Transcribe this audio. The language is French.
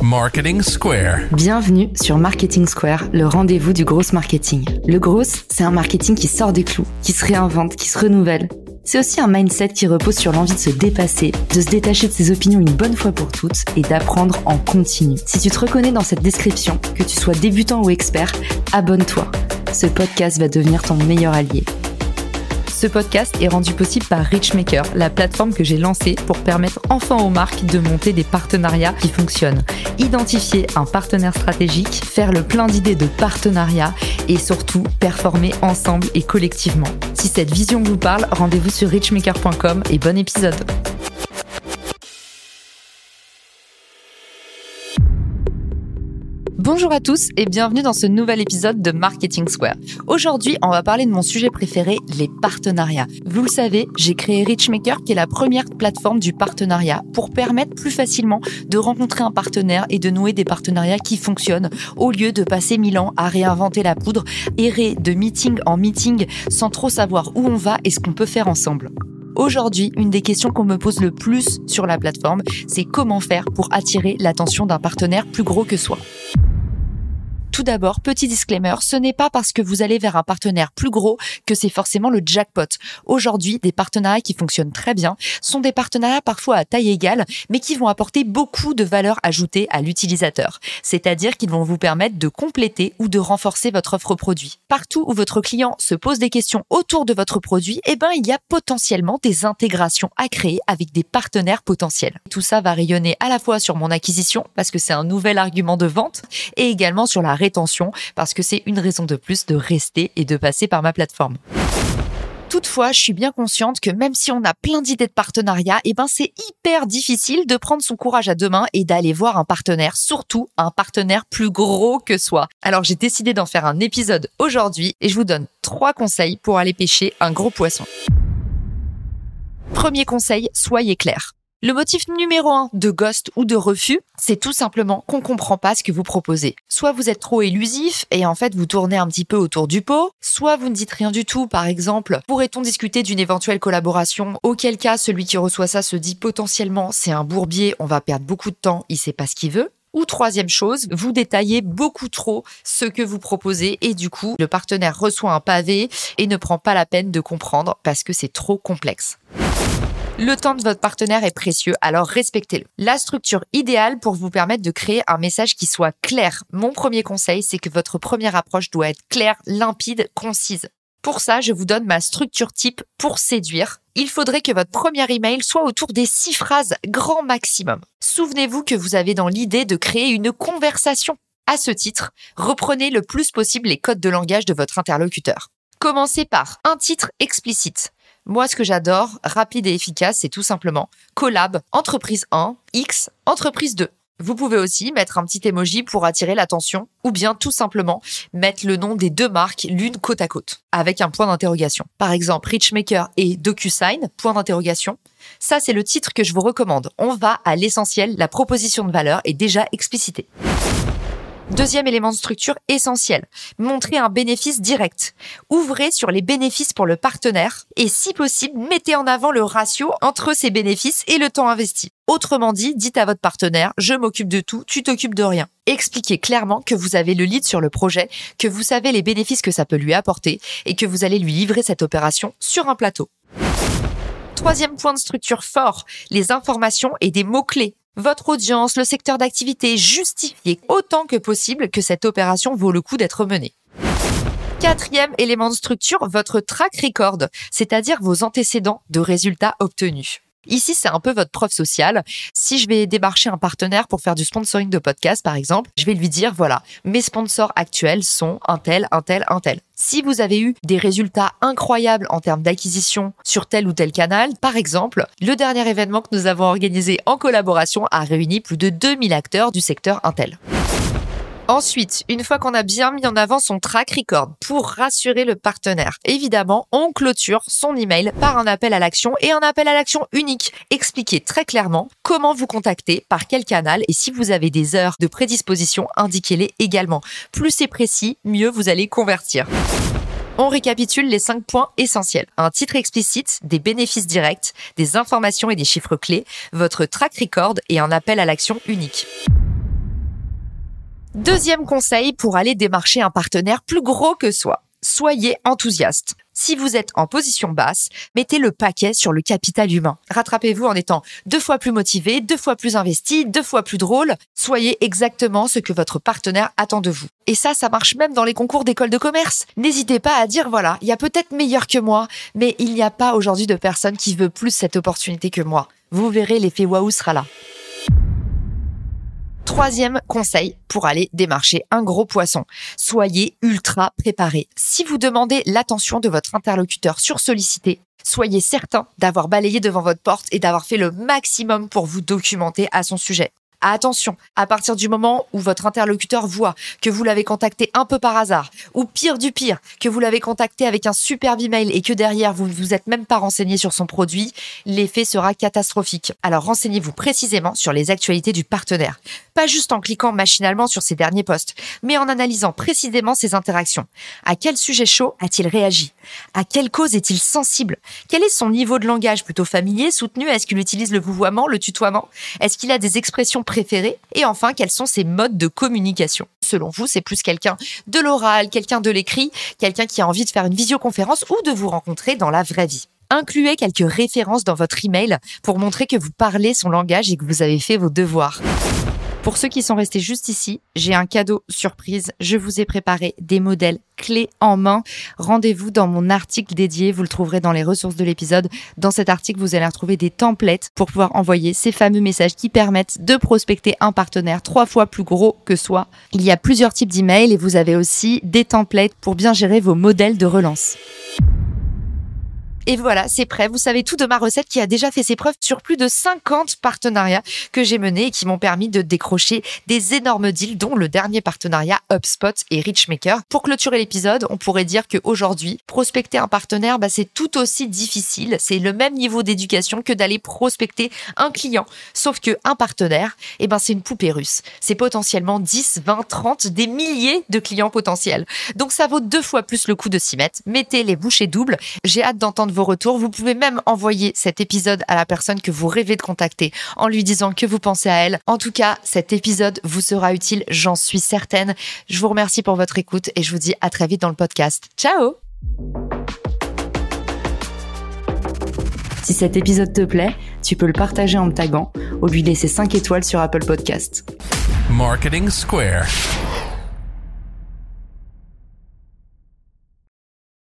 Marketing Square. Bienvenue sur Marketing Square, le rendez-vous du gros marketing. Le gros, c'est un marketing qui sort des clous, qui se réinvente, qui se renouvelle. C'est aussi un mindset qui repose sur l'envie de se dépasser, de se détacher de ses opinions une bonne fois pour toutes et d'apprendre en continu. Si tu te reconnais dans cette description, que tu sois débutant ou expert, abonne-toi. Ce podcast va devenir ton meilleur allié. Ce podcast est rendu possible par Richmaker, la plateforme que j'ai lancée pour permettre enfin aux marques de monter des partenariats qui fonctionnent. Identifier un partenaire stratégique, faire le plein d'idées de partenariat et surtout performer ensemble et collectivement. Si cette vision vous parle, rendez-vous sur richmaker.com et bon épisode. Bonjour à tous et bienvenue dans ce nouvel épisode de Marketing Square. Aujourd'hui, on va parler de mon sujet préféré, les partenariats. Vous le savez, j'ai créé Richmaker qui est la première plateforme du partenariat pour permettre plus facilement de rencontrer un partenaire et de nouer des partenariats qui fonctionnent au lieu de passer 1000 ans à réinventer la poudre, errer de meeting en meeting sans trop savoir où on va et ce qu'on peut faire ensemble. Aujourd'hui, une des questions qu'on me pose le plus sur la plateforme, c'est comment faire pour attirer l'attention d'un partenaire plus gros que soi. Tout d'abord, petit disclaimer, ce n'est pas parce que vous allez vers un partenaire plus gros que c'est forcément le jackpot. Aujourd'hui, des partenariats qui fonctionnent très bien sont des partenariats parfois à taille égale, mais qui vont apporter beaucoup de valeur ajoutée à l'utilisateur. C'est-à-dire qu'ils vont vous permettre de compléter ou de renforcer votre offre produit. Partout où votre client se pose des questions autour de votre produit, il y a potentiellement des intégrations à créer avec des partenaires potentiels. Tout ça va rayonner à la fois sur mon acquisition, parce que c'est un nouvel argument de vente, et également sur la rétention, parce que c'est une raison de plus de rester et de passer par ma plateforme. Toutefois, je suis bien consciente que même si on a plein d'idées de partenariat, c'est hyper difficile de prendre son courage à deux mains et d'aller voir un partenaire, surtout un partenaire plus gros que soi. Alors j'ai décidé d'en faire un épisode aujourd'hui et je vous donne 3 conseils pour aller pêcher un gros poisson. Premier conseil, soyez clair. Le motif numéro 1 de ghost ou de refus, c'est tout simplement qu'on comprend pas ce que vous proposez. Soit vous êtes trop élusif et en fait vous tournez un petit peu autour du pot, soit vous ne dites rien du tout. Par exemple, pourrait-on discuter d'une éventuelle collaboration, auquel cas celui qui reçoit ça se dit potentiellement c'est un bourbier, on va perdre beaucoup de temps, il sait pas ce qu'il veut. Ou troisième chose, vous détaillez beaucoup trop ce que vous proposez et du coup, le partenaire reçoit un pavé et ne prend pas la peine de comprendre parce que c'est trop complexe. Le temps de votre partenaire est précieux, alors respectez-le. La structure idéale pour vous permettre de créer un message qui soit clair. Mon premier conseil, c'est que votre première approche doit être claire, limpide, concise. Pour ça, je vous donne ma structure type pour séduire. Il faudrait que votre premier email soit autour des 6 phrases grand maximum. Souvenez-vous que vous avez dans l'idée de créer une conversation. À ce titre, reprenez le plus possible les codes de langage de votre interlocuteur. Commencez par un titre explicite. Moi, ce que j'adore, rapide et efficace, c'est tout simplement collab, entreprise 1, X, entreprise 2. Vous pouvez aussi mettre un petit emoji pour attirer l'attention ou bien tout simplement mettre le nom des 2 marques l'une côte à côte avec un point d'interrogation. Par exemple, Richmaker et DocuSign, point d'interrogation. Ça, c'est le titre que je vous recommande. On va à l'essentiel, la proposition de valeur est déjà explicitée. Deuxième élément de structure essentiel, montrez un bénéfice direct. Ouvrez sur les bénéfices pour le partenaire et si possible, mettez en avant le ratio entre ces bénéfices et le temps investi. Autrement dit, dites à votre partenaire, je m'occupe de tout, tu t'occupes de rien. Expliquez clairement que vous avez le lead sur le projet, que vous savez les bénéfices que ça peut lui apporter et que vous allez lui livrer cette opération sur un plateau. Troisième point de structure fort, les informations et des mots-clés. Votre audience, le secteur d'activité, justifiez autant que possible que cette opération vaut le coup d'être menée. Quatrième élément de structure, votre track record, c'est-à-dire vos antécédents de résultats obtenus. Ici, c'est un peu votre preuve sociale. Si je vais démarcher un partenaire pour faire du sponsoring de podcast, par exemple, je vais lui dire, voilà, mes sponsors actuels sont un tel, un tel, un tel. Si vous avez eu des résultats incroyables en termes d'acquisition sur tel ou tel canal, par exemple, le dernier événement que nous avons organisé en collaboration a réuni plus de 2000 acteurs du secteur Intel. Ensuite, une fois qu'on a bien mis en avant son track record pour rassurer le partenaire, évidemment, on clôture son email par un appel à l'action et un appel à l'action unique. Expliquez très clairement comment vous contacter, par quel canal et si vous avez des heures de prédisposition, indiquez-les également. Plus c'est précis, mieux vous allez convertir. On récapitule les 5 points essentiels. Un titre explicite, des bénéfices directs, des informations et des chiffres clés, votre track record et un appel à l'action unique. Deuxième conseil pour aller démarcher un partenaire plus gros que soi. Soyez enthousiaste. Si vous êtes en position basse, mettez le paquet sur le capital humain. Rattrapez-vous en étant 2 fois plus motivé, 2 fois plus investi, 2 fois plus drôle. Soyez exactement ce que votre partenaire attend de vous. Et ça marche même dans les concours d'école de commerce. N'hésitez pas à dire voilà, il y a peut-être meilleur que moi, mais il n'y a pas aujourd'hui de personne qui veut plus cette opportunité que moi. Vous verrez, l'effet waouh sera là. Troisième conseil pour aller démarcher un gros poisson. Soyez ultra préparé. Si vous demandez l'attention de votre interlocuteur sursollicité, soyez certain d'avoir balayé devant votre porte et d'avoir fait le maximum pour vous documenter à son sujet. Attention, à partir du moment où votre interlocuteur voit que vous l'avez contacté un peu par hasard, ou pire du pire, que vous l'avez contacté avec un superbe email et que derrière vous ne vous êtes même pas renseigné sur son produit, l'effet sera catastrophique. Alors renseignez-vous précisément sur les actualités du partenaire. Pas juste en cliquant machinalement sur ses derniers posts, mais en analysant précisément ses interactions. À quel sujet chaud a-t-il réagi ? À quelle cause est-il sensible ? Quel est son niveau de langage ? Plutôt familier, soutenu ? Est-ce qu'il utilise le vouvoiement, le tutoiement ? Est-ce qu'il a des expressions préférées ? Et enfin, quels sont ses modes de communication ? Selon vous, c'est plus quelqu'un de l'oral, quelqu'un de l'écrit, quelqu'un qui a envie de faire une visioconférence ou de vous rencontrer dans la vraie vie. Incluez quelques références dans votre email pour montrer que vous parlez son langage et que vous avez fait vos devoirs. Pour ceux qui sont restés juste ici, j'ai un cadeau surprise. Je vous ai préparé des modèles clés en main. Rendez-vous dans mon article dédié. Vous le trouverez dans les ressources de l'épisode. Dans cet article, vous allez retrouver des templates pour pouvoir envoyer ces fameux messages qui permettent de prospecter un partenaire 3 fois plus gros que soi. Il y a plusieurs types d'emails et vous avez aussi des templates pour bien gérer vos modèles de relance. Et voilà, c'est prêt. Vous savez tout de ma recette qui a déjà fait ses preuves sur plus de 50 partenariats que j'ai menés et qui m'ont permis de décrocher des énormes deals, dont le dernier partenariat HubSpot et Richmaker. Pour clôturer l'épisode, on pourrait dire qu'aujourd'hui, prospecter un partenaire, c'est tout aussi difficile. C'est le même niveau d'éducation que d'aller prospecter un client. Sauf qu'un partenaire, c'est une poupée russe. C'est potentiellement 10, 20, 30, des milliers de clients potentiels. Donc ça vaut 2 fois plus le coup de s'y mettre. Mettez les bouchées doubles. J'ai hâte d'entendre vos retours. Vous pouvez même envoyer cet épisode à la personne que vous rêvez de contacter en lui disant que vous pensez à elle. En tout cas, cet épisode vous sera utile, j'en suis certaine. Je vous remercie pour votre écoute et je vous dis à très vite dans le podcast. Ciao! Si cet épisode te plaît, tu peux le partager en me taguant ou lui laisser 5 étoiles sur Apple Podcasts. Marketing Square.